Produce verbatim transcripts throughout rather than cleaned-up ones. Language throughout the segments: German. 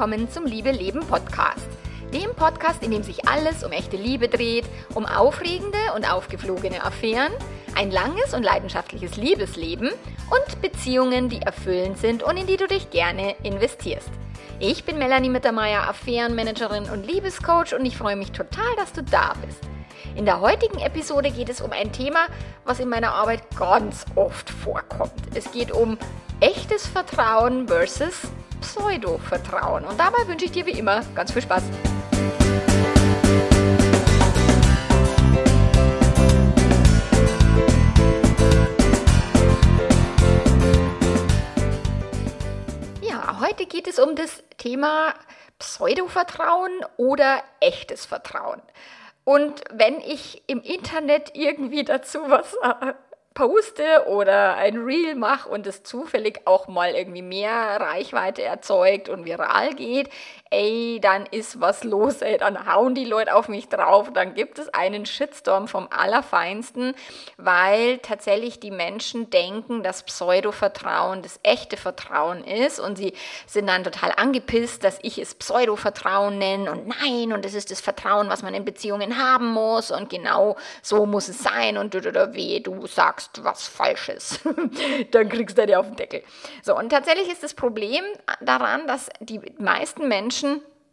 willkommen zum Liebe Leben Podcast. Dem Podcast, in dem sich alles um echte Liebe dreht, um aufregende und aufgeflogene Affären, ein langes und leidenschaftliches Liebesleben und Beziehungen, die erfüllend sind und in die du dich gerne investierst. Ich bin Melanie Mittermeier, Affärenmanagerin und Liebescoach und ich freue mich total, dass du da bist. In der heutigen Episode geht es um ein Thema, was in meiner Arbeit ganz oft vorkommt. Es geht um echtes Vertrauen versus Pseudo-Vertrauen. Und dabei wünsche ich dir wie immer ganz viel Spaß. Ja, heute geht es um das Thema Pseudo-Vertrauen oder echtes Vertrauen. Und wenn ich im Internet irgendwie dazu was äh, poste oder ein Reel mache und es zufällig auch mal irgendwie mehr Reichweite erzeugt und viral geht, ey, dann ist was los, ey, dann hauen die Leute auf mich drauf, dann gibt es einen Shitstorm vom Allerfeinsten, weil tatsächlich die Menschen denken, dass Pseudo-Vertrauen das echte Vertrauen ist und sie sind dann total angepisst, dass ich es Pseudo-Vertrauen nenne und nein, und das ist das Vertrauen, was man in Beziehungen haben muss und genau so muss es sein und weh, du sagst was Falsches, dann kriegst du dir auf den Deckel. So, und tatsächlich ist das Problem daran, dass die meisten Menschen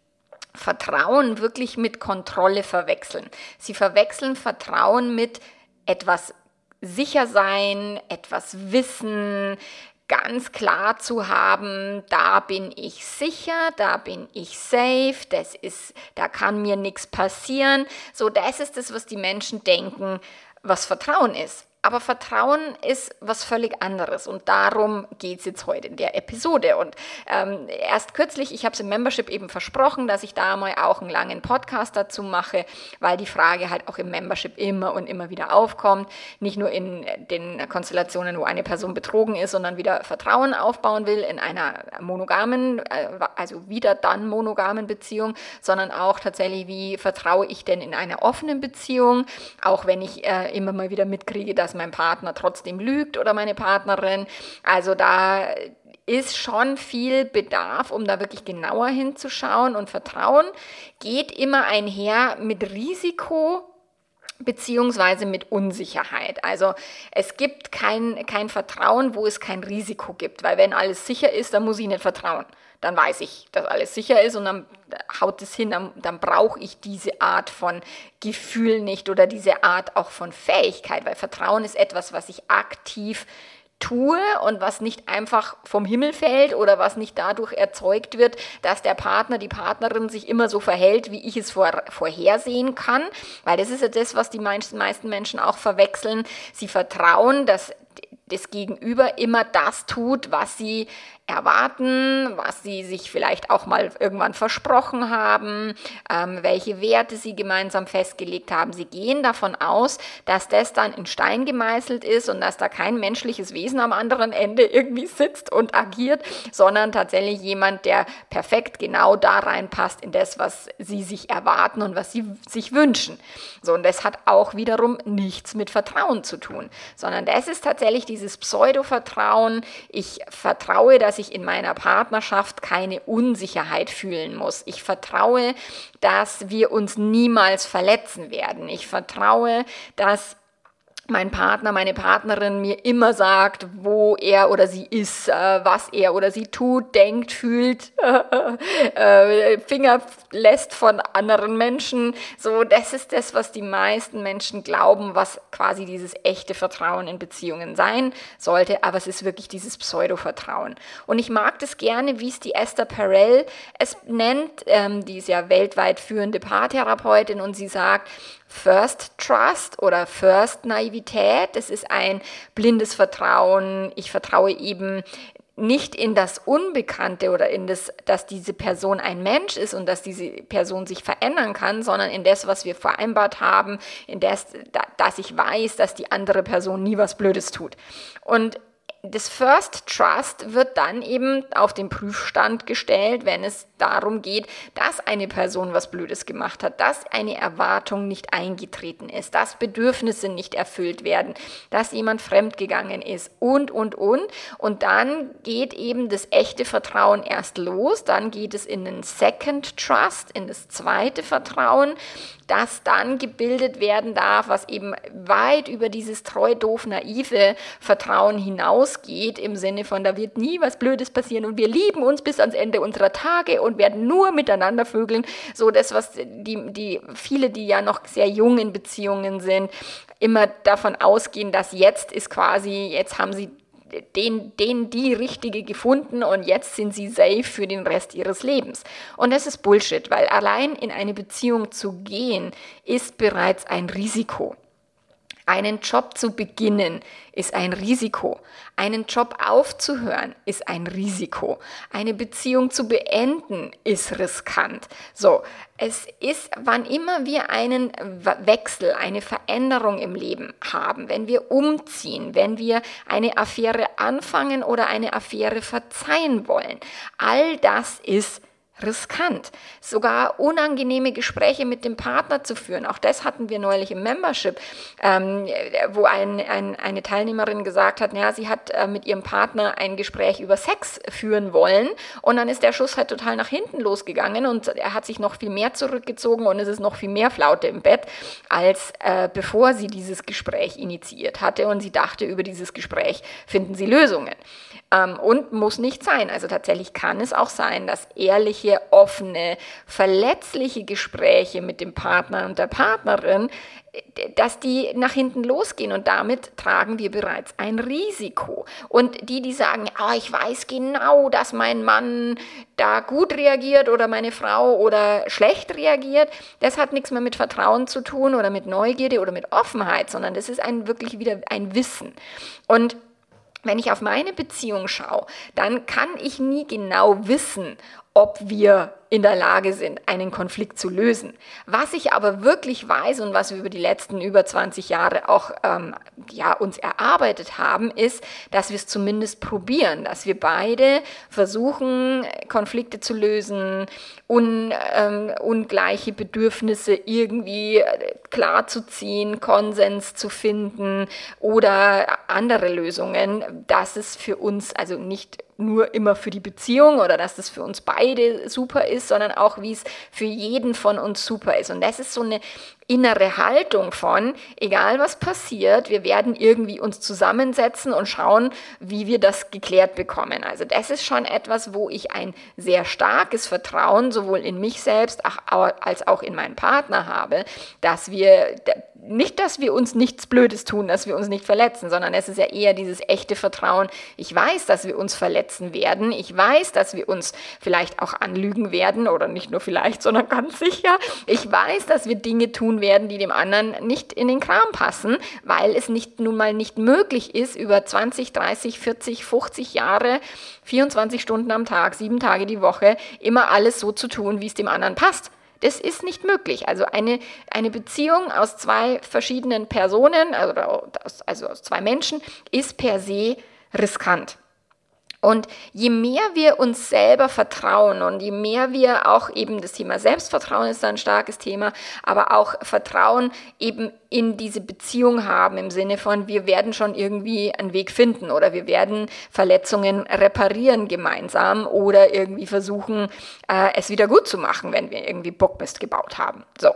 Vertrauen wirklich mit Kontrolle verwechseln. Sie verwechseln Vertrauen mit etwas sicher sein, etwas wissen, ganz klar zu haben, da bin ich sicher, da bin ich safe, das ist, da kann mir nichts passieren. So, das ist das, was die Menschen denken, was Vertrauen ist. Aber Vertrauen ist was völlig anderes und darum geht es jetzt heute in der Episode. Und ähm, erst kürzlich, ich habe es im Membership eben versprochen, dass ich da mal auch einen langen Podcast dazu mache, weil die Frage halt auch im Membership immer und immer wieder aufkommt. Nicht nur in den Konstellationen, wo eine Person betrogen ist, sondern wieder Vertrauen aufbauen will in einer monogamen, äh, also wieder dann monogamen Beziehung, sondern auch tatsächlich, wie vertraue ich denn in einer offenen Beziehung, auch wenn ich äh, immer mal wieder mitkriege, dass mein Partner trotzdem lügt oder meine Partnerin. Also da ist schon viel Bedarf, um da wirklich genauer hinzuschauen. Und Vertrauen geht immer einher mit Risiko beziehungsweise mit Unsicherheit. Also es gibt kein, kein Vertrauen, wo es kein Risiko gibt, weil wenn alles sicher ist, dann muss ich nicht vertrauen. Dann weiß ich, dass alles sicher ist und dann haut es hin, dann, dann brauche ich diese Art von Gefühl nicht oder diese Art auch von Fähigkeit, weil Vertrauen ist etwas, was ich aktiv tue und was nicht einfach vom Himmel fällt oder was nicht dadurch erzeugt wird, dass der Partner, die Partnerin sich immer so verhält, wie ich es vor, vorhersehen kann, weil das ist ja das, was die meisten Menschen auch verwechseln. Sie vertrauen, dass das Gegenüber immer das tut, was sie erwarten, was sie sich vielleicht auch mal irgendwann versprochen haben, ähm, welche Werte sie gemeinsam festgelegt haben. Sie gehen davon aus, dass das dann in Stein gemeißelt ist und dass da kein menschliches Wesen am anderen Ende irgendwie sitzt und agiert, sondern tatsächlich jemand, der perfekt genau da reinpasst in das, was sie sich erwarten und was sie sich wünschen. So, und das hat auch wiederum nichts mit Vertrauen zu tun, sondern das ist tatsächlich dieses Pseudo-Vertrauen. Ich vertraue, dass ich in meiner Partnerschaft keine Unsicherheit fühlen muss. Ich vertraue, dass wir uns niemals verletzen werden. Ich vertraue, dass mein Partner, meine Partnerin mir immer sagt, wo er oder sie ist, äh, was er oder sie tut, denkt, fühlt, äh, Finger lässt von anderen Menschen. So, das ist das, was die meisten Menschen glauben, was quasi dieses echte Vertrauen in Beziehungen sein sollte. Aber es ist wirklich dieses Pseudo-Vertrauen. Und ich mag das gerne, wie es die Esther Perel es nennt. Ähm, die ist ja weltweit führende Paartherapeutin und sie sagt, First Trust oder First Naivität, das ist ein blindes Vertrauen. Ich vertraue eben nicht in das Unbekannte oder in das, dass diese Person ein Mensch ist und dass diese Person sich verändern kann, sondern in das, was wir vereinbart haben, in das, dass ich weiß, dass die andere Person nie was Blödes tut. Und das First Trust wird dann eben auf den Prüfstand gestellt, wenn es darum geht, dass eine Person was Blödes gemacht hat, dass eine Erwartung nicht eingetreten ist, dass Bedürfnisse nicht erfüllt werden, dass jemand fremdgegangen ist und, und, und. Und dann geht eben das echte Vertrauen erst los, dann geht es in den Second Trust, in das zweite Vertrauen, das dann gebildet werden darf, was eben weit über dieses treu, doof, naive Vertrauen hinausgeht, im Sinne von, da wird nie was Blödes passieren und wir lieben uns bis ans Ende unserer Tage und werden nur miteinander vögeln. So das, was die, die viele, die ja noch sehr jung in Beziehungen sind, immer davon ausgehen, dass jetzt ist quasi, jetzt haben sie Den, den, die Richtige gefunden und jetzt sind sie safe für den Rest ihres Lebens. Und das ist Bullshit, weil allein in eine Beziehung zu gehen, ist bereits ein Risiko. Einen Job zu beginnen ist ein Risiko. Einen Job aufzuhören ist ein Risiko. Eine Beziehung zu beenden ist riskant. So, es ist, wann immer wir einen Wechsel, eine Veränderung im Leben haben, wenn wir umziehen, wenn wir eine Affäre anfangen oder eine Affäre verzeihen wollen, all das ist riskant. Sogar unangenehme Gespräche mit dem Partner zu führen. Auch das hatten wir neulich im Membership, ähm, wo ein, ein, eine Teilnehmerin gesagt hat, ja, sie hat äh, mit ihrem Partner ein Gespräch über Sex führen wollen und dann ist der Schuss halt total nach hinten losgegangen und er hat sich noch viel mehr zurückgezogen und es ist noch viel mehr Flaute im Bett, als äh, bevor sie dieses Gespräch initiiert hatte und sie dachte, über dieses Gespräch finden sie Lösungen. Ähm, und muss nicht sein. Also tatsächlich kann es auch sein, dass ehrliche, offene, verletzliche Gespräche mit dem Partner und der Partnerin, dass die nach hinten losgehen und damit tragen wir bereits ein Risiko. Und die, die sagen, oh, ich weiß genau, dass mein Mann da gut reagiert oder meine Frau oder schlecht reagiert, das hat nichts mehr mit Vertrauen zu tun oder mit Neugierde oder mit Offenheit, sondern das ist ein, wirklich wieder ein Wissen. Und wenn ich auf meine Beziehung schaue, dann kann ich nie genau wissen, ob wir in der Lage sind, einen Konflikt zu lösen. Was ich aber wirklich weiß und was wir über die letzten über zwanzig Jahre auch ähm, ja, uns erarbeitet haben, ist, dass wir es zumindest probieren, dass wir beide versuchen, Konflikte zu lösen, un, ähm, ungleiche Bedürfnisse irgendwie klar zu ziehen, Konsens zu finden oder andere Lösungen, dass es für uns also nicht nur immer für die Beziehung oder dass das für uns beide super ist, sondern auch, wie es für jeden von uns super ist. Und das ist so eine innere Haltung von, egal was passiert, wir werden irgendwie uns zusammensetzen und schauen, wie wir das geklärt bekommen. Also das ist schon etwas, wo ich ein sehr starkes Vertrauen sowohl in mich selbst als auch in meinen Partner habe, dass wir nicht, dass wir uns nichts Blödes tun, dass wir uns nicht verletzen, sondern es ist ja eher dieses echte Vertrauen. Ich weiß, dass wir uns verletzen werden. Ich weiß, dass wir uns vielleicht auch anlügen werden oder nicht nur vielleicht, sondern ganz sicher. Ich weiß, dass wir Dinge tun werden, die dem anderen nicht in den Kram passen, weil es nicht nun mal nicht möglich ist, über zwanzig, dreißig, vierzig, fünfzig Jahre, vierundzwanzig Stunden am Tag, sieben Tage die Woche, immer alles so zu tun, wie es dem anderen passt. Das ist nicht möglich. Also eine, eine Beziehung aus zwei verschiedenen Personen, also aus, also aus zwei Menschen, ist per se riskant. Und je mehr wir uns selber vertrauen und je mehr wir auch eben, das Thema Selbstvertrauen ist da ein starkes Thema, aber auch Vertrauen eben in diese Beziehung haben, im Sinne von, wir werden schon irgendwie einen Weg finden oder wir werden Verletzungen reparieren gemeinsam oder irgendwie versuchen, äh, es wieder gut zu machen, wenn wir irgendwie Bockmist gebaut haben. So.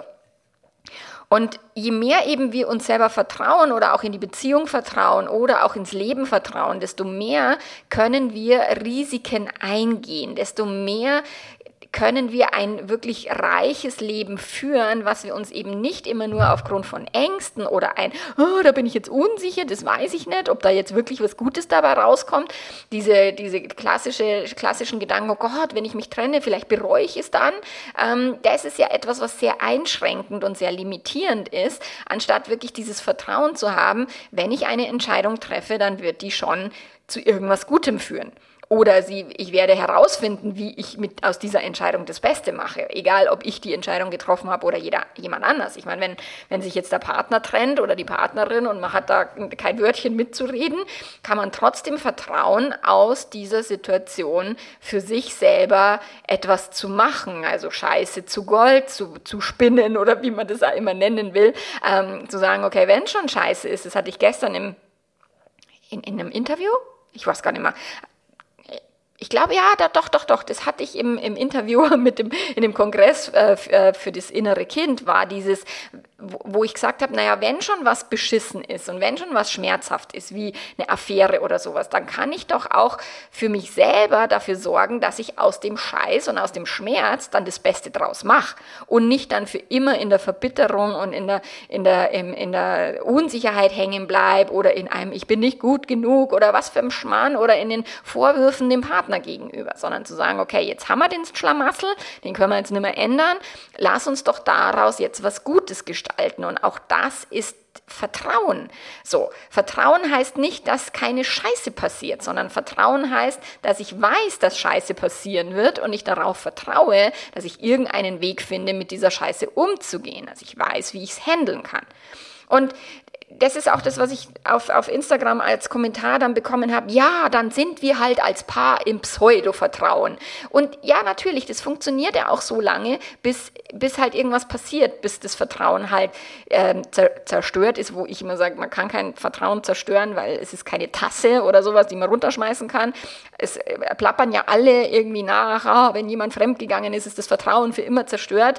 Und je mehr eben wir uns selber vertrauen oder auch in die Beziehung vertrauen oder auch ins Leben vertrauen, desto mehr können wir Risiken eingehen, desto mehr können wir ein wirklich reiches Leben führen, was wir uns eben nicht immer nur aufgrund von Ängsten oder ein, oh, da bin ich jetzt unsicher, das weiß ich nicht, ob da jetzt wirklich was Gutes dabei rauskommt, diese, diese klassische, klassischen Gedanken, oh Gott, wenn ich mich trenne, vielleicht bereue ich es dann, ähm, das ist ja etwas, was sehr einschränkend und sehr limitierend ist, anstatt wirklich dieses Vertrauen zu haben, wenn ich eine Entscheidung treffe, dann wird die schon zu irgendwas Gutem führen. Oder sie, ich werde herausfinden, wie ich mit aus dieser Entscheidung das Beste mache. Egal, ob ich die Entscheidung getroffen habe oder jeder, jemand anders. Ich meine, wenn, wenn sich jetzt der Partner trennt oder die Partnerin und man hat da kein Wörtchen mitzureden, kann man trotzdem vertrauen, aus dieser Situation für sich selber etwas zu machen. Also Scheiße zu Gold, zu, zu spinnen oder wie man das auch immer nennen will. Ähm, zu sagen, okay, wenn schon Scheiße ist, das hatte ich gestern im, in, in einem Interview, ich weiß gar nicht mehr, ich glaube, ja, da, doch, doch, doch, das hatte ich im, im Interview mit dem, in dem Kongress äh, für das innere Kind, war dieses, wo, wo ich gesagt habe, naja, wenn schon was beschissen ist und wenn schon was schmerzhaft ist, wie eine Affäre oder sowas, dann kann ich doch auch für mich selber dafür sorgen, dass ich aus dem Scheiß und aus dem Schmerz dann das Beste draus mache und nicht dann für immer in der Verbitterung und in der, in der, in, in der Unsicherheit hängen bleibe oder in einem, ich bin nicht gut genug oder was für ein Schmarrn oder in den Vorwürfen dem Partner gegenüber, sondern zu sagen, okay, jetzt haben wir den Schlamassel, den können wir jetzt nicht mehr ändern, lass uns doch daraus jetzt was Gutes gestalten und auch das ist Vertrauen. So, Vertrauen heißt nicht, dass keine Scheiße passiert, sondern Vertrauen heißt, dass ich weiß, dass Scheiße passieren wird und ich darauf vertraue, dass ich irgendeinen Weg finde, mit dieser Scheiße umzugehen, dass ich weiß, wie ich es handeln kann. Und das ist auch das, was ich auf, auf Instagram als Kommentar dann bekommen habe. Ja, dann sind wir halt als Paar im Pseudo-Vertrauen. Und ja, natürlich, das funktioniert ja auch so lange, bis, bis halt irgendwas passiert, bis das Vertrauen halt äh, zerstört ist, wo ich immer sage, man kann kein Vertrauen zerstören, weil es ist keine Tasse oder sowas, die man runterschmeißen kann. Es äh, plappern ja alle irgendwie nach, ah, wenn jemand fremdgegangen ist, ist das Vertrauen für immer zerstört.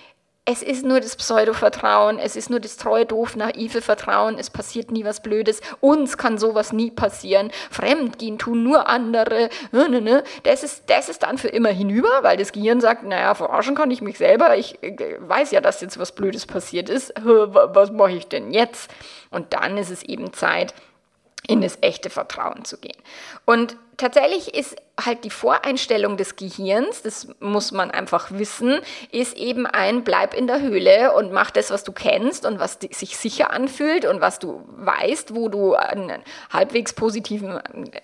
Es ist nur das Pseudo-Vertrauen, es ist nur das treu, doof, naive Vertrauen, es passiert nie was Blödes, uns kann sowas nie passieren, Fremdgehen tun nur andere, ne, ne, ne. Das ist, das ist dann für immer hinüber, weil das Gehirn sagt, naja, verarschen kann ich mich selber, ich äh, weiß ja, dass jetzt was Blödes passiert ist, was mache ich denn jetzt? Und dann ist es eben Zeit, in das echte Vertrauen zu gehen. Und tatsächlich ist halt die Voreinstellung des Gehirns, das muss man einfach wissen, ist eben ein Bleib in der Höhle und mach das, was du kennst und was sich sicher anfühlt und was du weißt, wo du einen halbwegs positiven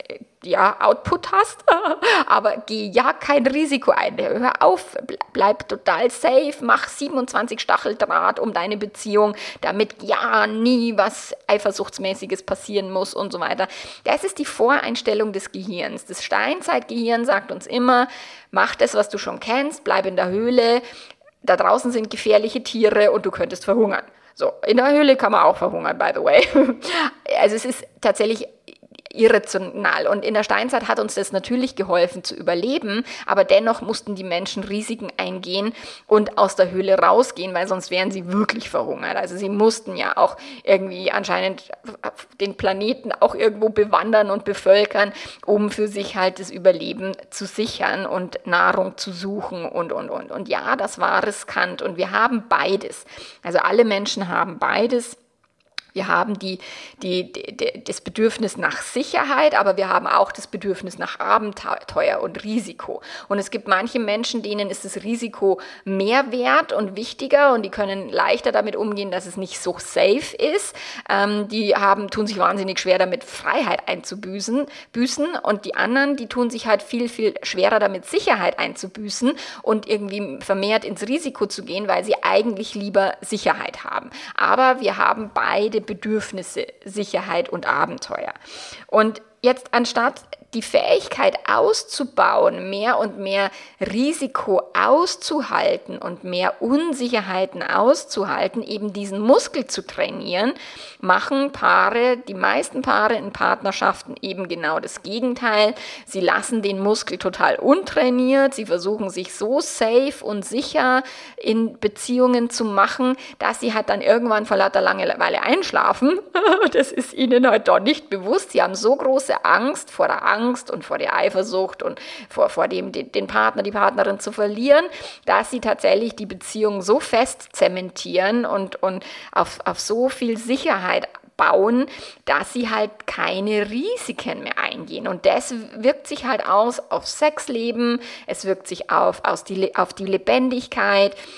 ja, Output hast, aber geh ja kein Risiko ein. Hör auf, bleib total safe, mach siebenundzwanzig Stacheldraht um deine Beziehung, damit ja nie was Eifersuchtsmäßiges passieren muss und so weiter. Das ist die Voreinstellung des Gehirns. Das Steinzeitgehirn sagt uns immer, mach das, was du schon kennst, bleib in der Höhle, da draußen sind gefährliche Tiere und du könntest verhungern. So, in der Höhle kann man auch verhungern, by the way. Also es ist tatsächlich irrational. Und in der Steinzeit hat uns das natürlich geholfen zu überleben, aber dennoch mussten die Menschen Risiken eingehen und aus der Höhle rausgehen, weil sonst wären sie wirklich verhungert. Also sie mussten ja auch irgendwie anscheinend den Planeten auch irgendwo bewandern und bevölkern, um für sich halt das Überleben zu sichern und Nahrung zu suchen und, und, und. Und ja, das war riskant und wir haben beides. Also alle Menschen haben beides. Wir haben die, die, die, das Bedürfnis nach Sicherheit, aber wir haben auch das Bedürfnis nach Abenteuer und Risiko. Und es gibt manche Menschen, denen ist das Risiko mehr wert und wichtiger und die können leichter damit umgehen, dass es nicht so safe ist. Ähm, die haben, tun sich wahnsinnig schwer damit, Freiheit einzubüßen. Büßen. Und die anderen, die tun sich halt viel, viel schwerer damit, Sicherheit einzubüßen und irgendwie vermehrt ins Risiko zu gehen, weil sie eigentlich lieber Sicherheit haben. Aber wir haben beide Bedürfnisse, Sicherheit und Abenteuer. Und jetzt anstatt die Fähigkeit auszubauen, mehr und mehr Risiko auszuhalten und mehr Unsicherheiten auszuhalten, eben diesen Muskel zu trainieren, machen Paare, die meisten Paare in Partnerschaften eben genau das Gegenteil. Sie lassen den Muskel total untrainiert, sie versuchen sich so safe und sicher in Beziehungen zu machen, dass sie halt dann irgendwann vor lauter Langeweile einschlafen. Das ist ihnen halt doch nicht bewusst. Sie haben so große Angst vor der Angst, Angst und vor der Eifersucht und vor, vor dem, den, den Partner, die Partnerin zu verlieren, dass sie tatsächlich die Beziehung so fest zementieren und, und auf, auf so viel Sicherheit bauen, dass sie halt keine Risiken mehr eingehen. Und das wirkt sich halt aus auf Sexleben, es wirkt sich auf, aus die, auf die Lebendigkeit.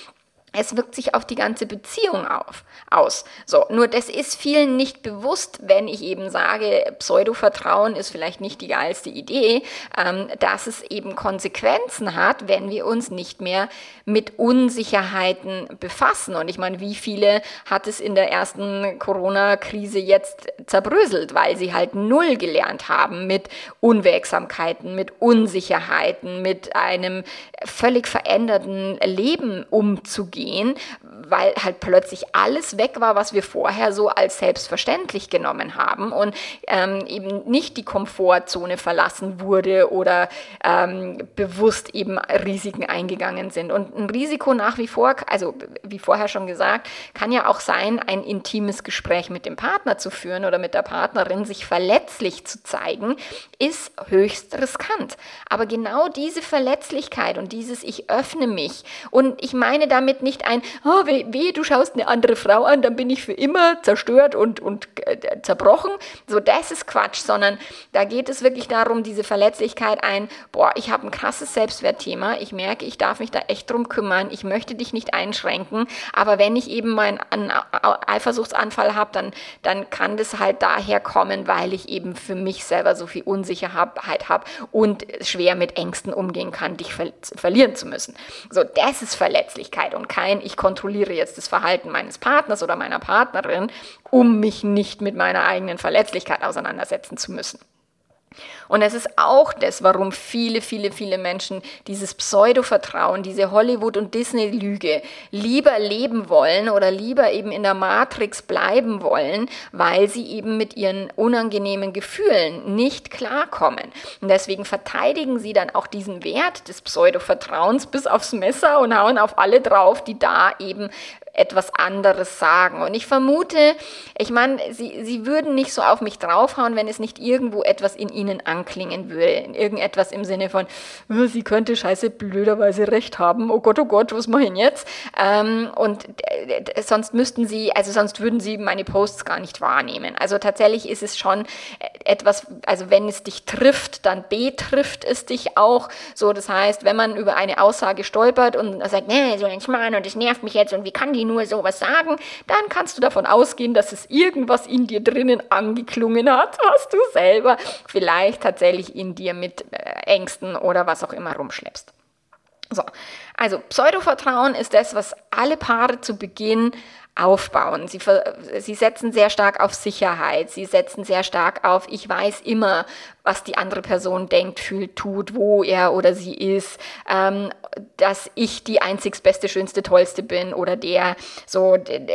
es wirkt sich auf die ganze Beziehung auf, aus. So, nur das ist vielen nicht bewusst, wenn ich eben sage, Pseudo-Vertrauen ist vielleicht nicht die geilste Idee, ähm, dass es eben Konsequenzen hat, wenn wir uns nicht mehr mit Unsicherheiten befassen. Und ich meine, wie viele hat es in der ersten Corona-Krise jetzt zerbröselt, weil sie halt null gelernt haben mit Unwägsamkeiten, mit Unsicherheiten, mit einem völlig veränderten Leben umzugehen. Gehen, weil halt plötzlich alles weg war, was wir vorher so als selbstverständlich genommen haben und ähm, eben nicht die Komfortzone verlassen wurde oder ähm, bewusst eben Risiken eingegangen sind. Und ein Risiko nach wie vor, also wie vorher schon gesagt, kann ja auch sein, ein intimes Gespräch mit dem Partner zu führen oder mit der Partnerin, sich verletzlich zu zeigen, ist höchst riskant. Aber genau diese Verletzlichkeit und dieses Ich öffne mich und ich meine damit nicht ein, oh, weh, weh, du schaust eine andere Frau an, dann bin ich für immer zerstört und, und äh, zerbrochen. So, das ist Quatsch, sondern da geht es wirklich darum, diese Verletzlichkeit ein, boah, ich habe ein krasses Selbstwertthema, ich merke, ich darf mich da echt drum kümmern, ich möchte dich nicht einschränken, aber wenn ich eben meinen Eifersuchtsanfall habe, dann, dann kann das halt daher kommen, weil ich eben für mich selber so viel Unsicherheit habe und schwer mit Ängsten umgehen kann, dich ver- verlieren zu müssen. So, das ist Verletzlichkeit und kein, ich kontrolliere jetzt das Verhalten meines Partners oder meiner Partnerin, um mich nicht mit meiner eigenen Verletzlichkeit auseinandersetzen zu müssen. Und es ist auch das, warum viele, viele, viele Menschen dieses Pseudo-Vertrauen, diese Hollywood- und Disney-Lüge lieber leben wollen oder lieber eben in der Matrix bleiben wollen, weil sie eben mit ihren unangenehmen Gefühlen nicht klarkommen. Und deswegen verteidigen sie dann auch diesen Wert des Pseudo-Vertrauens bis aufs Messer und hauen auf alle drauf, die da eben etwas anderes sagen. Und ich vermute, ich meine, sie, sie würden nicht so auf mich draufhauen, wenn es nicht irgendwo etwas in ihnen anklingen würde. Irgendetwas im Sinne von, oh, sie könnte scheiße blöderweise recht haben. Oh Gott, oh Gott, was mache ich jetzt? Ähm, und äh, sonst müssten sie, also sonst würden sie meine Posts gar nicht wahrnehmen. Also tatsächlich ist es schon etwas, also wenn es dich trifft, dann betrifft es dich auch. So, das heißt, wenn man über eine Aussage stolpert und sagt, nee, so ein Schmarrn und das nervt mich jetzt und wie kann die nur sowas sagen, dann kannst du davon ausgehen, dass es irgendwas in dir drinnen angeklungen hat, was du selber vielleicht tatsächlich in dir mit Ängsten oder was auch immer rumschleppst. So, also Pseudovertrauen ist das, was alle Paare zu Beginn aufbauen. Sie, sie setzen sehr stark auf Sicherheit, sie setzen sehr stark auf, ich weiß immer, was die andere Person denkt, fühlt, tut, wo er oder sie ist, ähm, dass ich die einzigst beste, schönste, tollste bin oder der, so,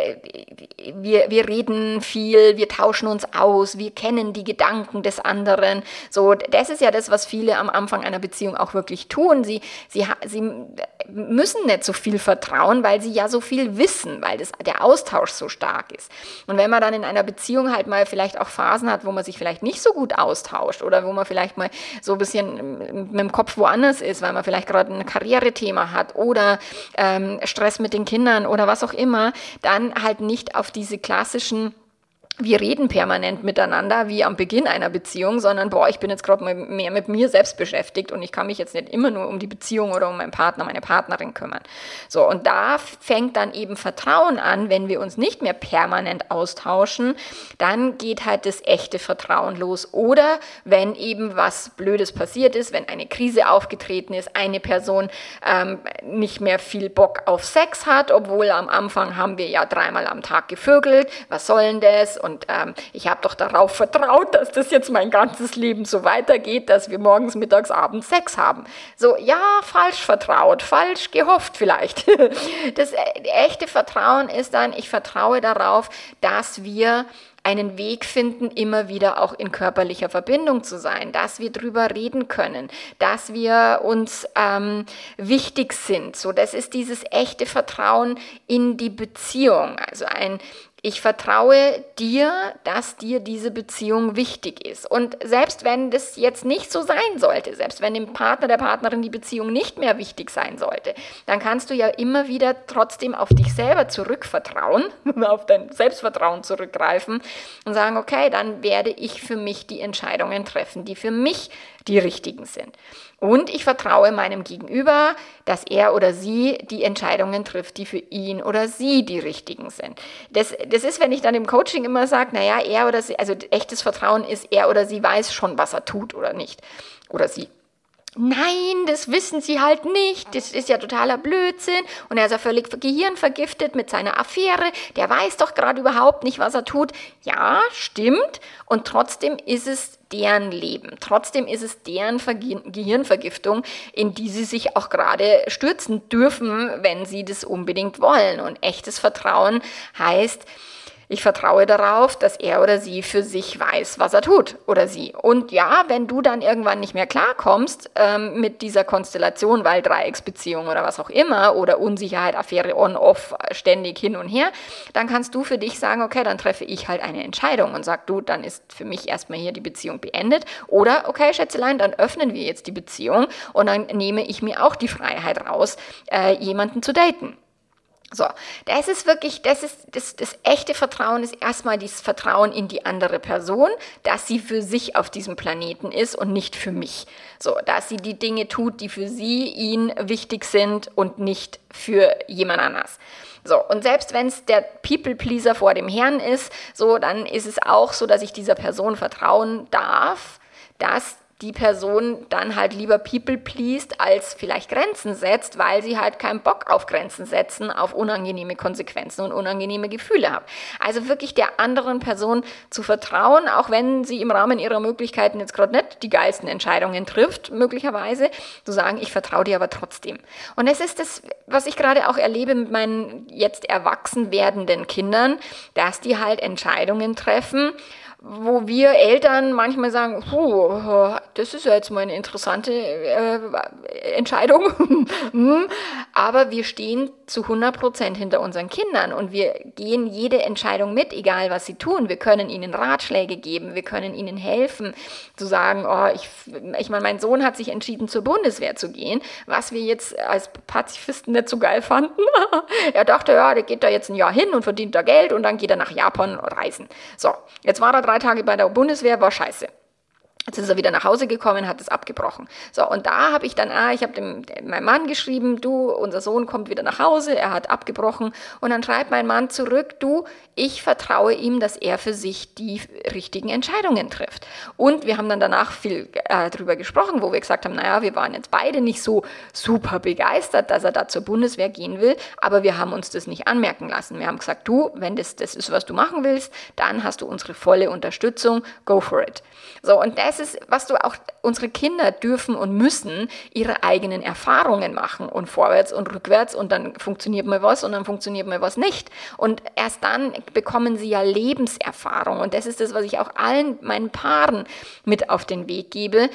wir, wir reden viel, wir tauschen uns aus, wir kennen die Gedanken des anderen, so, das ist ja das, was viele am Anfang einer Beziehung auch wirklich tun. Sie, sie, sie müssen nicht so viel vertrauen, weil sie ja so viel wissen, weil das, der Austausch so stark ist. Und wenn man dann in einer Beziehung halt mal vielleicht auch Phasen hat, wo man sich vielleicht nicht so gut austauscht oder wo man vielleicht mal so ein bisschen mit dem Kopf woanders ist, weil man vielleicht gerade ein Karrierethema hat oder ähm, Stress mit den Kindern oder was auch immer, dann halt nicht auf diese klassischen wir reden permanent miteinander, wie am Beginn einer Beziehung, sondern, boah, ich bin jetzt gerade mehr mit mir selbst beschäftigt und ich kann mich jetzt nicht immer nur um die Beziehung oder um meinen Partner, meine Partnerin kümmern. So, und da fängt dann eben Vertrauen an, wenn wir uns nicht mehr permanent austauschen, dann geht halt das echte Vertrauen los. Oder wenn eben was Blödes passiert ist, wenn eine Krise aufgetreten ist, eine Person ähm, nicht mehr viel Bock auf Sex hat, obwohl am Anfang haben wir ja dreimal am Tag gevögelt, was soll denn das? Und ähm, ich habe doch darauf vertraut, dass das jetzt mein ganzes Leben so weitergeht, dass wir morgens, mittags, abends Sex haben. So, ja, falsch vertraut, falsch gehofft vielleicht. Das echte Vertrauen ist dann, ich vertraue darauf, dass wir einen Weg finden, immer wieder auch in körperlicher Verbindung zu sein, dass wir drüber reden können, dass wir uns ähm, wichtig sind. So, das ist dieses echte Vertrauen in die Beziehung. Also ein Ich vertraue dir, dass dir diese Beziehung wichtig ist. Und selbst wenn das jetzt nicht so sein sollte, selbst wenn dem Partner, der Partnerin die Beziehung nicht mehr wichtig sein sollte, dann kannst du ja immer wieder trotzdem auf dich selber zurückvertrauen, auf dein Selbstvertrauen zurückgreifen und sagen, okay, dann werde ich für mich die Entscheidungen treffen, die für mich die richtigen sind. Und ich vertraue meinem Gegenüber, dass er oder sie die Entscheidungen trifft, die für ihn oder sie die richtigen sind. Das, das ist, wenn ich dann im Coaching immer sage, naja, er oder sie, also echtes Vertrauen ist, er oder sie weiß schon, was er tut oder nicht. Oder sie. Nein, das wissen sie halt nicht. Das ist ja totaler Blödsinn. Und er ist ja völlig gehirnvergiftet mit seiner Affäre. Der weiß doch gerade überhaupt nicht, was er tut. Ja, stimmt. Und trotzdem ist es deren Leben. Trotzdem ist es deren Verge- Gehirnvergiftung, in die sie sich auch gerade stürzen dürfen, wenn sie das unbedingt wollen. Und echtes Vertrauen heißt, ich vertraue darauf, dass er oder sie für sich weiß, was er tut oder sie. Und ja, wenn du dann irgendwann nicht mehr klarkommst ähm, mit dieser Konstellation, weil Dreiecksbeziehung oder was auch immer oder Unsicherheit, Affäre on-off, ständig hin und her, dann kannst du für dich sagen, okay, dann treffe ich halt eine Entscheidung und sag du, dann ist für mich erstmal hier die Beziehung beendet. Oder, okay, Schätzelein, dann öffnen wir jetzt die Beziehung und dann nehme ich mir auch die Freiheit raus, äh, jemanden zu daten. So, das ist wirklich, das ist das, das echte Vertrauen ist erstmal dieses Vertrauen in die andere Person, dass sie für sich auf diesem Planeten ist und nicht für mich. So, dass sie die Dinge tut, die für sie, ihn wichtig sind und nicht für jemand anders. So, und selbst wenn es der People-Pleaser vor dem Herrn ist, so, dann ist es auch so, dass ich dieser Person vertrauen darf, dass die Person dann halt lieber people pleased als vielleicht Grenzen setzt, weil sie halt keinen Bock auf Grenzen setzen, auf unangenehme Konsequenzen und unangenehme Gefühle hat. Also wirklich der anderen Person zu vertrauen, auch wenn sie im Rahmen ihrer Möglichkeiten jetzt gerade nicht die geilsten Entscheidungen trifft, möglicherweise, zu sagen, ich vertraue dir aber trotzdem. Und es ist das, was ich gerade auch erlebe mit meinen jetzt erwachsen werdenden Kindern, dass die halt Entscheidungen treffen, wo wir Eltern manchmal sagen, puh, das ist ja jetzt mal eine interessante äh, Entscheidung, aber wir stehen zu hundert Prozent hinter unseren Kindern und wir gehen jede Entscheidung mit, egal was sie tun. Wir können ihnen Ratschläge geben, wir können ihnen helfen, zu sagen, oh, ich, ich meine, mein Sohn hat sich entschieden, zur Bundeswehr zu gehen, was wir jetzt als Pazifisten nicht so geil fanden. Er dachte, ja, der geht da jetzt ein Jahr hin und verdient da Geld und dann geht er nach Japan reisen. So, jetzt war er drei Tage bei der Bundeswehr, war scheiße. Jetzt ist er wieder nach Hause gekommen, hat es abgebrochen. So, und da habe ich dann, ah, ich habe dem, dem meinem Mann geschrieben, du, unser Sohn kommt wieder nach Hause, er hat abgebrochen. Und dann schreibt mein Mann zurück, du, ich vertraue ihm, dass er für sich die richtigen Entscheidungen trifft. Und wir haben dann danach viel äh, drüber gesprochen, wo wir gesagt haben, naja, wir waren jetzt beide nicht so super begeistert, dass er da zur Bundeswehr gehen will, aber wir haben uns das nicht anmerken lassen. Wir haben gesagt, du, wenn das das ist, was du machen willst, dann hast du unsere volle Unterstützung, go for it. So, und das ist, was du auch, unsere Kinder dürfen und müssen ihre eigenen Erfahrungen machen und vorwärts und rückwärts und dann funktioniert mal was und dann funktioniert mal was nicht. Und erst dann bekommen sie ja Lebenserfahrung und das ist das, was ich auch allen meinen Paaren mit auf den Weg gebe.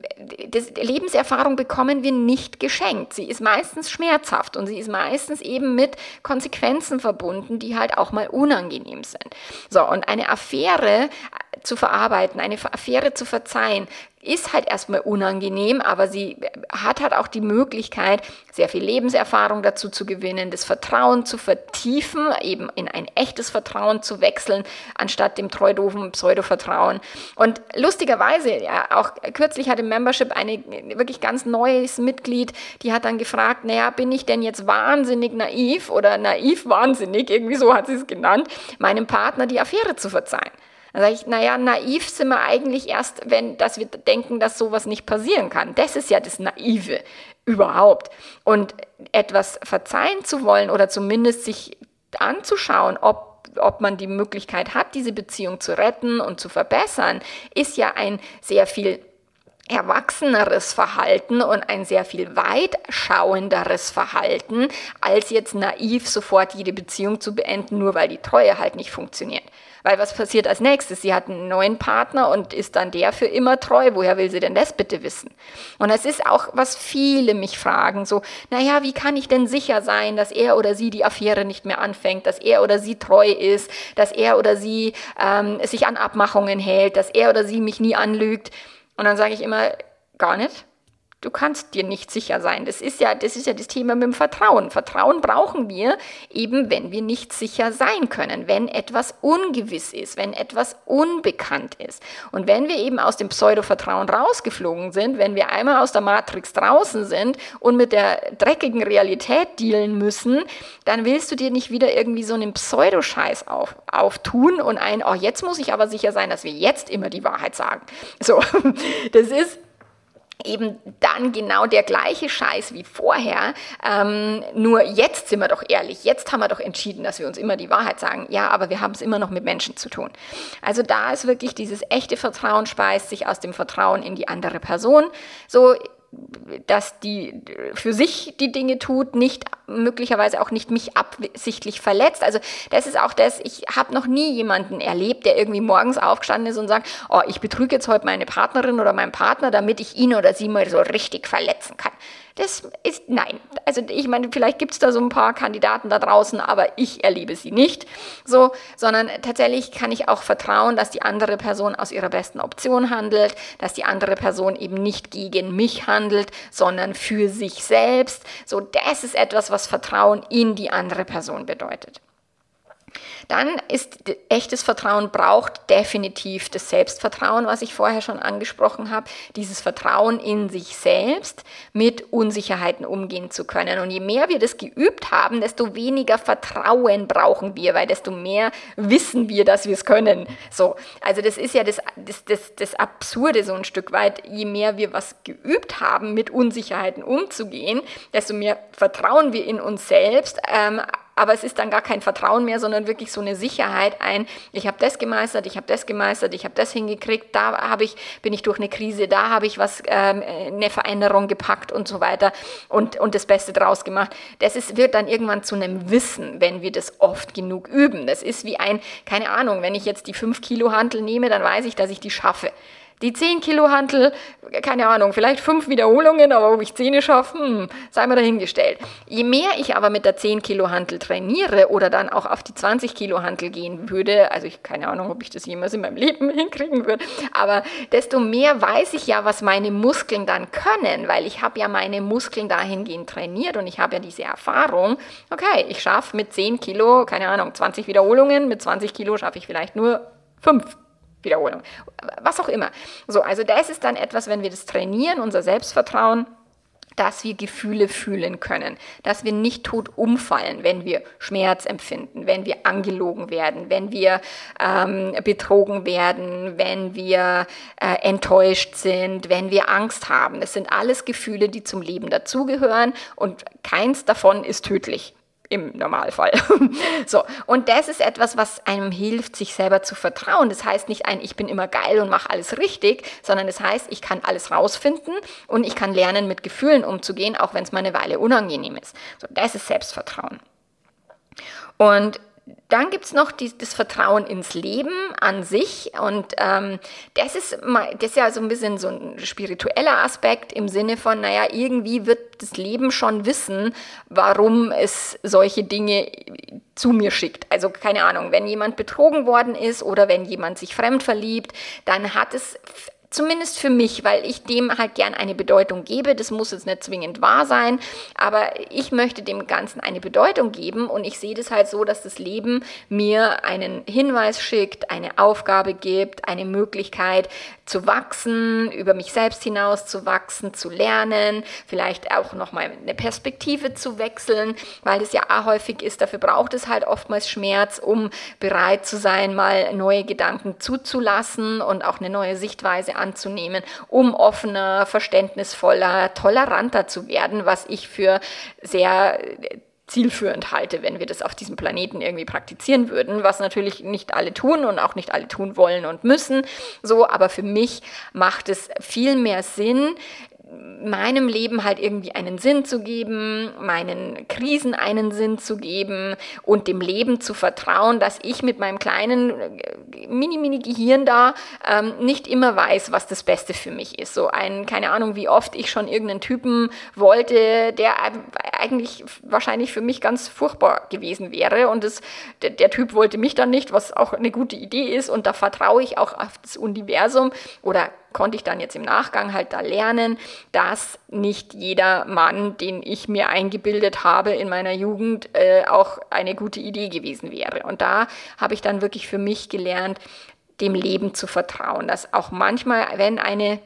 Das, Lebenserfahrung bekommen wir nicht geschenkt. Sie ist meistens schmerzhaft und sie ist meistens eben mit Konsequenzen verbunden, die halt auch mal unangenehm sind. So, und eine Affäre zu verarbeiten, eine Affäre zu verzeihen, ist halt erstmal unangenehm, aber sie hat halt auch die Möglichkeit, sehr viel Lebenserfahrung dazu zu gewinnen, das Vertrauen zu vertiefen, eben in ein echtes Vertrauen zu wechseln, anstatt dem treu-doofen Pseudo-Vertrauen. Und lustigerweise, ja, auch kürzlich hat im Membership eine wirklich ganz neues Mitglied, die hat dann gefragt, naja, bin ich denn jetzt wahnsinnig naiv oder naiv wahnsinnig, irgendwie so hat sie es genannt, meinem Partner die Affäre zu verzeihen. Dann sage ich, naja, naiv sind wir eigentlich erst, wenn, dass wir denken, dass sowas nicht passieren kann. Das ist ja das Naive überhaupt. Und etwas verzeihen zu wollen oder zumindest sich anzuschauen, ob, ob man die Möglichkeit hat, diese Beziehung zu retten und zu verbessern, ist ja ein sehr viel erwachseneres Verhalten und ein sehr viel weitschauenderes Verhalten, als jetzt naiv sofort jede Beziehung zu beenden, nur weil die Treue halt nicht funktioniert. Weil was passiert als nächstes? Sie hat einen neuen Partner und ist dann der für immer treu. Woher will sie denn das bitte wissen? Und das ist auch, was viele mich fragen, so, naja, wie kann ich denn sicher sein, dass er oder sie die Affäre nicht mehr anfängt, dass er oder sie treu ist, dass er oder sie ähm, sich an Abmachungen hält, dass er oder sie mich nie anlügt? Und dann sage ich immer, gar nicht. Du kannst dir nicht sicher sein. Das ist ja, das ist ja das Thema mit dem Vertrauen. Vertrauen brauchen wir eben, wenn wir nicht sicher sein können, wenn etwas ungewiss ist, wenn etwas unbekannt ist. Und wenn wir eben aus dem Pseudo-Vertrauen rausgeflogen sind, wenn wir einmal aus der Matrix draußen sind und mit der dreckigen Realität dealen müssen, dann willst du dir nicht wieder irgendwie so einen Pseudoscheiß auf, auftun und ein, oh, jetzt muss ich aber sicher sein, dass wir jetzt immer die Wahrheit sagen. So, das ist eben dann genau der gleiche Scheiß wie vorher, ähm, nur jetzt sind wir doch ehrlich, jetzt haben wir doch entschieden, dass wir uns immer die Wahrheit sagen, ja, aber wir haben es immer noch mit Menschen zu tun. Also da ist wirklich dieses echte Vertrauen speist sich aus dem Vertrauen in die andere Person, so dass die für sich die Dinge tut, nicht möglicherweise auch nicht mich absichtlich verletzt. Also das ist auch das, ich habe noch nie jemanden erlebt, der irgendwie morgens aufgestanden ist und sagt, oh, ich betrüge jetzt heute meine Partnerin oder meinen Partner, damit ich ihn oder sie mal so richtig verletzen kann. Das ist, nein. Also ich meine, vielleicht gibt es da so ein paar Kandidaten da draußen, aber ich erlebe sie nicht so, sondern tatsächlich kann ich auch vertrauen, dass die andere Person aus ihrer besten Option handelt, dass die andere Person eben nicht gegen mich handelt, sondern für sich selbst. So, das ist etwas, was Vertrauen in die andere Person bedeutet. Dann ist echtes Vertrauen braucht definitiv das Selbstvertrauen, was ich vorher schon angesprochen habe, dieses Vertrauen in sich selbst, mit Unsicherheiten umgehen zu können. Und je mehr wir das geübt haben, desto weniger Vertrauen brauchen wir, weil desto mehr wissen wir, dass wir es können. So, also das ist ja das, das, das, das Absurde so ein Stück weit. Je mehr wir was geübt haben, mit Unsicherheiten umzugehen, desto mehr vertrauen wir in uns selbst, ähm, aber es ist dann gar kein Vertrauen mehr, sondern wirklich so eine Sicherheit ein, ich habe das gemeistert, ich habe das gemeistert, ich habe das hingekriegt, da habe ich, bin ich durch eine Krise, da habe ich was, ähm, eine Veränderung gepackt und so weiter und, und das Beste draus gemacht. Das ist, wird dann irgendwann zu einem Wissen, wenn wir das oft genug üben. Das ist wie ein, keine Ahnung, wenn ich jetzt die fünf Kilo Hantel nehme, dann weiß ich, dass ich die schaffe. Die zehn Kilo Hantel, keine Ahnung, vielleicht fünf Wiederholungen, aber ob ich zehn schaffe, hm, sei mal dahingestellt. Je mehr ich aber mit der zehn Kilo Hantel trainiere oder dann auch auf die zwanzig Kilo Hantel gehen würde, also ich keine Ahnung, ob ich das jemals in meinem Leben hinkriegen würde, aber desto mehr weiß ich ja, was meine Muskeln dann können, weil ich habe ja meine Muskeln dahingehend trainiert und ich habe ja diese Erfahrung, okay, ich schaffe mit zehn Kilo, keine Ahnung, zwanzig Wiederholungen, mit zwanzig Kilo schaffe ich vielleicht nur fünf Wiederholung, was auch immer. So, also das ist dann etwas, wenn wir das trainieren, unser Selbstvertrauen, dass wir Gefühle fühlen können, dass wir nicht tot umfallen, wenn wir Schmerz empfinden, wenn wir angelogen werden, wenn wir ähm, betrogen werden, wenn wir äh, enttäuscht sind, wenn wir Angst haben. Das sind alles Gefühle, die zum Leben dazugehören und keins davon ist tödlich. Im Normalfall. So, und das ist etwas, was einem hilft, sich selber zu vertrauen. Das heißt nicht ein, ich bin immer geil und mache alles richtig, sondern das heißt, ich kann alles rausfinden und ich kann lernen, mit Gefühlen umzugehen, auch wenn es mal eine Weile unangenehm ist. So, das ist Selbstvertrauen. Und dann gibt es noch die, das Vertrauen ins Leben an sich und ähm, das, ist mal, das ist ja so ein bisschen so ein spiritueller Aspekt im Sinne von, naja, irgendwie wird das Leben schon wissen, warum es solche Dinge zu mir schickt. Also keine Ahnung, wenn jemand betrogen worden ist oder wenn jemand sich fremd verliebt, dann hat es zumindest für mich, weil ich dem halt gern eine Bedeutung gebe. Das muss jetzt nicht zwingend wahr sein, aber ich möchte dem Ganzen eine Bedeutung geben und ich sehe das halt so, dass das Leben mir einen Hinweis schickt, eine Aufgabe gibt, eine Möglichkeit zu wachsen, über mich selbst hinaus zu wachsen, zu lernen, vielleicht auch nochmal eine Perspektive zu wechseln, weil das ja auch häufig ist, dafür braucht es halt oftmals Schmerz, um bereit zu sein, mal neue Gedanken zuzulassen und auch eine neue Sichtweise anzunehmen, um offener, verständnisvoller, toleranter zu werden, was ich für sehr zielführend halte, wenn wir das auf diesem Planeten irgendwie praktizieren würden, was natürlich nicht alle tun und auch nicht alle tun wollen und müssen, so, aber für mich macht es viel mehr Sinn, meinem Leben halt irgendwie einen Sinn zu geben, meinen Krisen einen Sinn zu geben und dem Leben zu vertrauen, dass ich mit meinem kleinen Mini-Mini-Gehirn da ähm, nicht immer weiß, was das Beste für mich ist. So ein, keine Ahnung, wie oft ich schon irgendeinen Typen wollte, der eigentlich wahrscheinlich für mich ganz furchtbar gewesen wäre. Und das, der, der Typ wollte mich dann nicht, was auch eine gute Idee ist. Und da vertraue ich auch auf das Universum oder konnte ich dann jetzt im Nachgang halt da lernen, dass nicht jeder Mann, den ich mir eingebildet habe in meiner Jugend, äh, auch eine gute Idee gewesen wäre. Und da habe ich dann wirklich für mich gelernt, dem Leben zu vertrauen, dass auch manchmal, wenn eine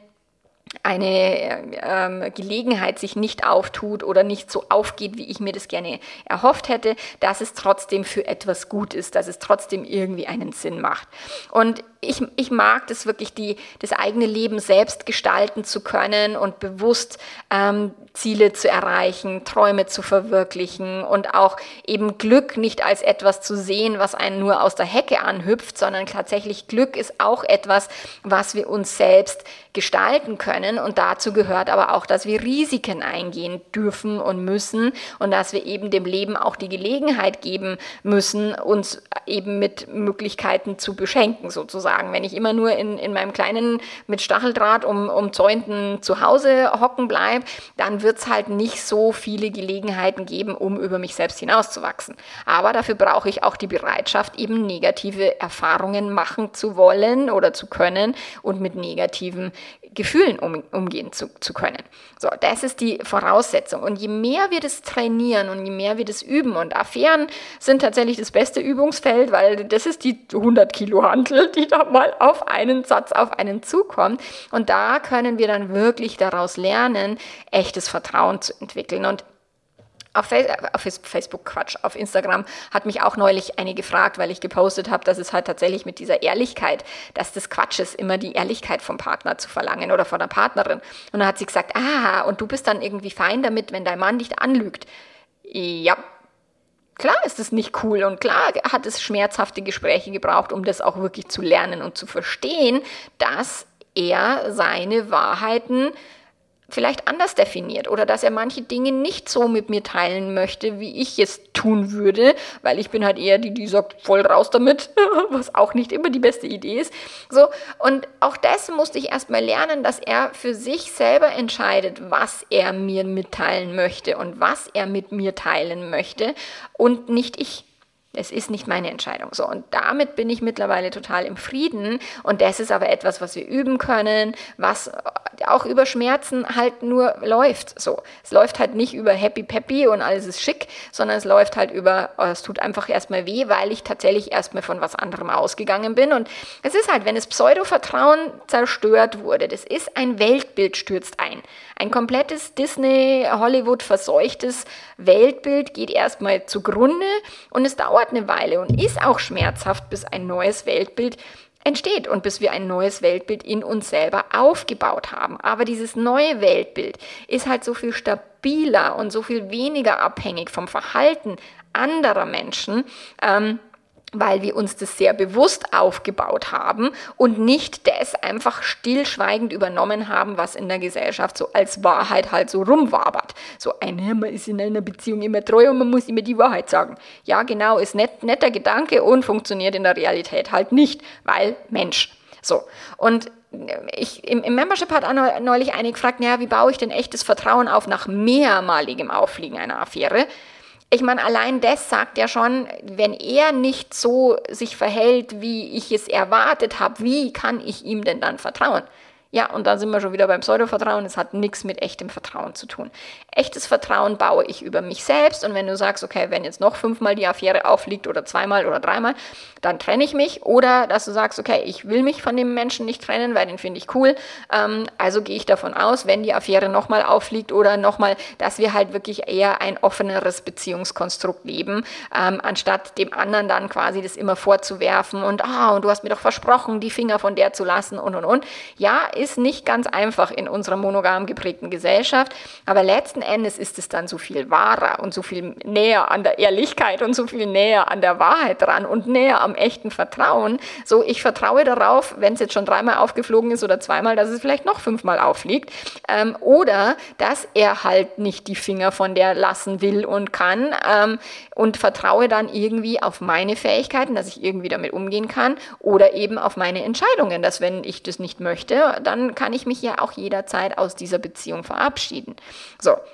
eine ähm, Gelegenheit sich nicht auftut oder nicht so aufgeht, wie ich mir das gerne erhofft hätte, dass es trotzdem für etwas gut ist, dass es trotzdem irgendwie einen Sinn macht. Und ich, ich mag das wirklich, die, das eigene Leben selbst gestalten zu können und bewusst ähm, Ziele zu erreichen, Träume zu verwirklichen und auch eben Glück nicht als etwas zu sehen, was einen nur aus der Hecke anhüpft, sondern tatsächlich Glück ist auch etwas, was wir uns selbst gestalten können. Und dazu gehört aber auch, dass wir Risiken eingehen dürfen und müssen und dass wir eben dem Leben auch die Gelegenheit geben müssen, uns eben mit Möglichkeiten zu beschenken sozusagen. Wenn ich immer nur in, in meinem kleinen, mit Stacheldraht um, umzäunten Zuhause hocken bleibe, dann wird es halt nicht so viele Gelegenheiten geben, um über mich selbst hinauszuwachsen. Aber dafür brauche ich auch die Bereitschaft, eben negative Erfahrungen machen zu wollen oder zu können und mit negativen Gefühlen um, umgehen zu, zu können. So, das ist die Voraussetzung. Und je mehr wir das trainieren und je mehr wir das üben, und Affären sind tatsächlich das beste Übungsfeld, weil das ist die hundert Kilo Hantel, die da mal auf einen Satz, auf einen zukommt. Und da können wir dann wirklich daraus lernen, echtes Vertrauen zu entwickeln. Und Auf Facebook, Quatsch, auf Instagram hat mich auch neulich eine gefragt, weil ich gepostet habe, dass es halt tatsächlich mit dieser Ehrlichkeit, dass das Quatsch ist, immer die Ehrlichkeit vom Partner zu verlangen oder von der Partnerin. Und dann hat sie gesagt, ah, und du bist dann irgendwie fein damit, wenn dein Mann dich anlügt. Ja, klar ist es nicht cool und klar hat es schmerzhafte Gespräche gebraucht, um das auch wirklich zu lernen und zu verstehen, dass er seine Wahrheiten vielleicht anders definiert oder dass er manche Dinge nicht so mit mir teilen möchte, wie ich es tun würde, weil ich bin halt eher die, die sagt, voll raus damit, was auch nicht immer die beste Idee ist. So, und auch das musste ich erstmal lernen, dass er für sich selber entscheidet, was er mir mitteilen möchte und was er mit mir teilen möchte und nicht ich. Es ist nicht meine Entscheidung. So, und damit bin ich mittlerweile total im Frieden. Und das ist aber etwas, was wir üben können, was auch über Schmerzen halt nur läuft. So, es läuft halt nicht über Happy Peppy und alles ist schick, sondern es läuft halt über, oh, es tut einfach erstmal weh, weil ich tatsächlich erstmal von was anderem ausgegangen bin. Und es ist halt, wenn das Pseudo-Vertrauen zerstört wurde, das ist ein Weltbild stürzt ein. Ein komplettes Disney-Hollywood-verseuchtes Weltbild geht erstmal zugrunde und es dauert eine Weile und ist auch schmerzhaft, bis ein neues Weltbild entsteht und bis wir ein neues Weltbild in uns selber aufgebaut haben. Aber dieses neue Weltbild ist halt so viel stabiler und so viel weniger abhängig vom Verhalten anderer Menschen, ähm, weil wir uns das sehr bewusst aufgebaut haben und nicht das einfach stillschweigend übernommen haben, was in der Gesellschaft so als Wahrheit halt so rumwabert. So, ein, man ist in einer Beziehung immer treu und man muss immer die Wahrheit sagen. Ja, genau, ist net, netter Gedanke und funktioniert in der Realität halt nicht, weil Mensch. So, und ich, im, im Membership hat neulich eine gefragt, naja, wie baue ich denn echtes Vertrauen auf nach mehrmaligem Auffliegen einer Affäre? Ich meine, allein das sagt ja schon, wenn er nicht so sich verhält, wie ich es erwartet habe, wie kann ich ihm denn dann vertrauen? Ja, und da sind wir schon wieder beim Pseudo-Vertrauen. Es hat nichts mit echtem Vertrauen zu tun. Echtes Vertrauen baue ich über mich selbst. Und wenn du sagst, okay, wenn jetzt noch fünfmal die Affäre aufliegt oder zweimal oder dreimal, dann trenne ich mich. Oder dass du sagst, okay, ich will mich von dem Menschen nicht trennen, weil den finde ich cool. Ähm, also gehe ich davon aus, wenn die Affäre nochmal aufliegt oder nochmal, dass wir halt wirklich eher ein offeneres Beziehungskonstrukt leben, ähm, anstatt dem anderen dann quasi das immer vorzuwerfen und, ah, und du hast mir doch versprochen, die Finger von der zu lassen und, und, und. Ja, ist nicht ganz einfach in unserer monogam geprägten Gesellschaft, aber letzten Endes ist es dann so viel wahrer und so viel näher an der Ehrlichkeit und so viel näher an der Wahrheit dran und näher am echten Vertrauen. So, ich vertraue darauf, wenn es jetzt schon dreimal aufgeflogen ist oder zweimal, dass es vielleicht noch fünfmal auffliegt, ähm, oder dass er halt nicht die Finger von der lassen will und kann, ähm, und vertraue dann irgendwie auf meine Fähigkeiten, dass ich irgendwie damit umgehen kann oder eben auf meine Entscheidungen, dass wenn ich das nicht möchte, dann kann ich mich ja auch jederzeit aus dieser Beziehung verabschieden. So.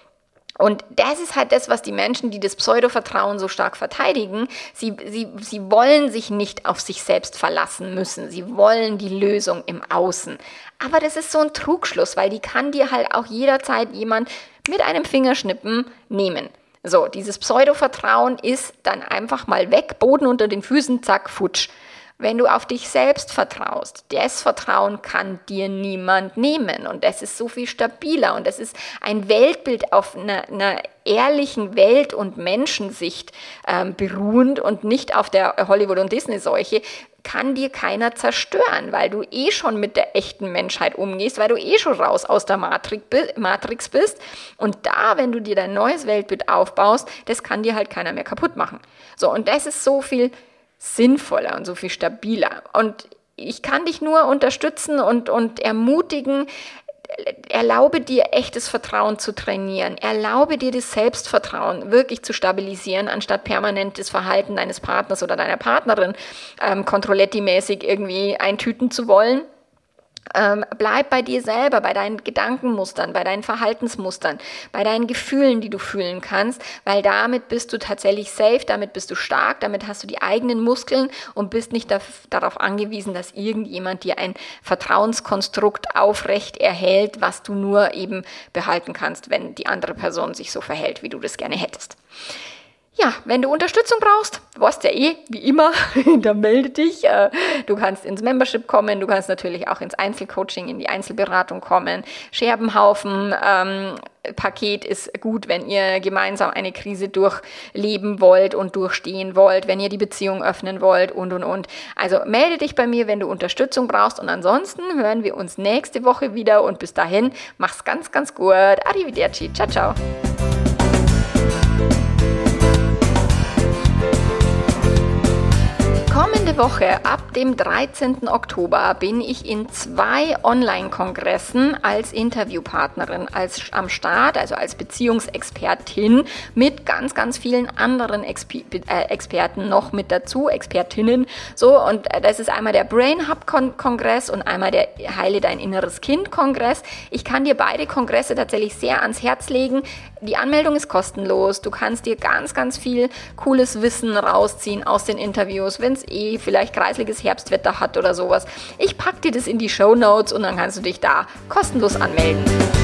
Und das ist halt das, was die Menschen, die das Pseudo-Vertrauen so stark verteidigen, sie, sie, sie wollen sich nicht auf sich selbst verlassen müssen. Sie wollen die Lösung im Außen. Aber das ist so ein Trugschluss, weil die kann dir halt auch jederzeit jemand mit einem Fingerschnippen nehmen. So, dieses Pseudo-Vertrauen ist dann einfach mal weg, Boden unter den Füßen, zack, futsch. Wenn du auf dich selbst vertraust, das Vertrauen kann dir niemand nehmen und das ist so viel stabiler und das ist ein Weltbild auf einer, einer ehrlichen Welt- und Menschensicht ähm, beruhend und nicht auf der Hollywood- und Disney-Seuche, kann dir keiner zerstören, weil du eh schon mit der echten Menschheit umgehst, weil du eh schon raus aus der Matrix bist und da, wenn du dir dein neues Weltbild aufbaust, das kann dir halt keiner mehr kaputt machen. So, und das ist so viel sinnvoller und so viel stabiler. Und ich kann dich nur unterstützen und, und ermutigen, erlaube dir echtes Vertrauen zu trainieren, erlaube dir das Selbstvertrauen wirklich zu stabilisieren, anstatt permanentes Verhalten deines Partners oder deiner Partnerin ähm, Controletti-mäßig irgendwie eintüten zu wollen. Ähm, bleib bei dir selber, bei deinen Gedankenmustern, bei deinen Verhaltensmustern, bei deinen Gefühlen, die du fühlen kannst, weil damit bist du tatsächlich safe, damit bist du stark, damit hast du die eigenen Muskeln und bist nicht daf- darauf angewiesen, dass irgendjemand dir ein Vertrauenskonstrukt aufrecht erhält, was du nur eben behalten kannst, wenn die andere Person sich so verhält, wie du das gerne hättest. Ja, wenn du Unterstützung brauchst, weißt ja eh, wie immer, dann melde dich. Du kannst ins Membership kommen, du kannst natürlich auch ins Einzelcoaching, in die Einzelberatung kommen. Scherbenhaufen ähm, Paket ist gut, wenn ihr gemeinsam eine Krise durchleben wollt und durchstehen wollt, wenn ihr die Beziehung öffnen wollt und, und, und. Also melde dich bei mir, wenn du Unterstützung brauchst und ansonsten hören wir uns nächste Woche wieder und bis dahin, mach's ganz, ganz gut. Arrivederci. Ciao, ciao. Kommende Woche, ab dem dreizehnten Oktober, bin ich in zwei Online-Kongressen als Interviewpartnerin als am Start, also als Beziehungsexpertin mit ganz, ganz vielen anderen Exper- äh, Experten noch mit dazu, Expertinnen. So, und das ist einmal der Brain Hub Kongress und einmal der Heile dein inneres Kind Kongress. Ich kann dir beide Kongresse tatsächlich sehr ans Herz legen. Die Anmeldung ist kostenlos. Du kannst dir ganz, ganz viel cooles Wissen rausziehen aus den Interviews, wenn es eh vielleicht kreisliges Herbstwetter hat oder sowas. Ich pack dir das in die Shownotes und dann kannst du dich da kostenlos anmelden.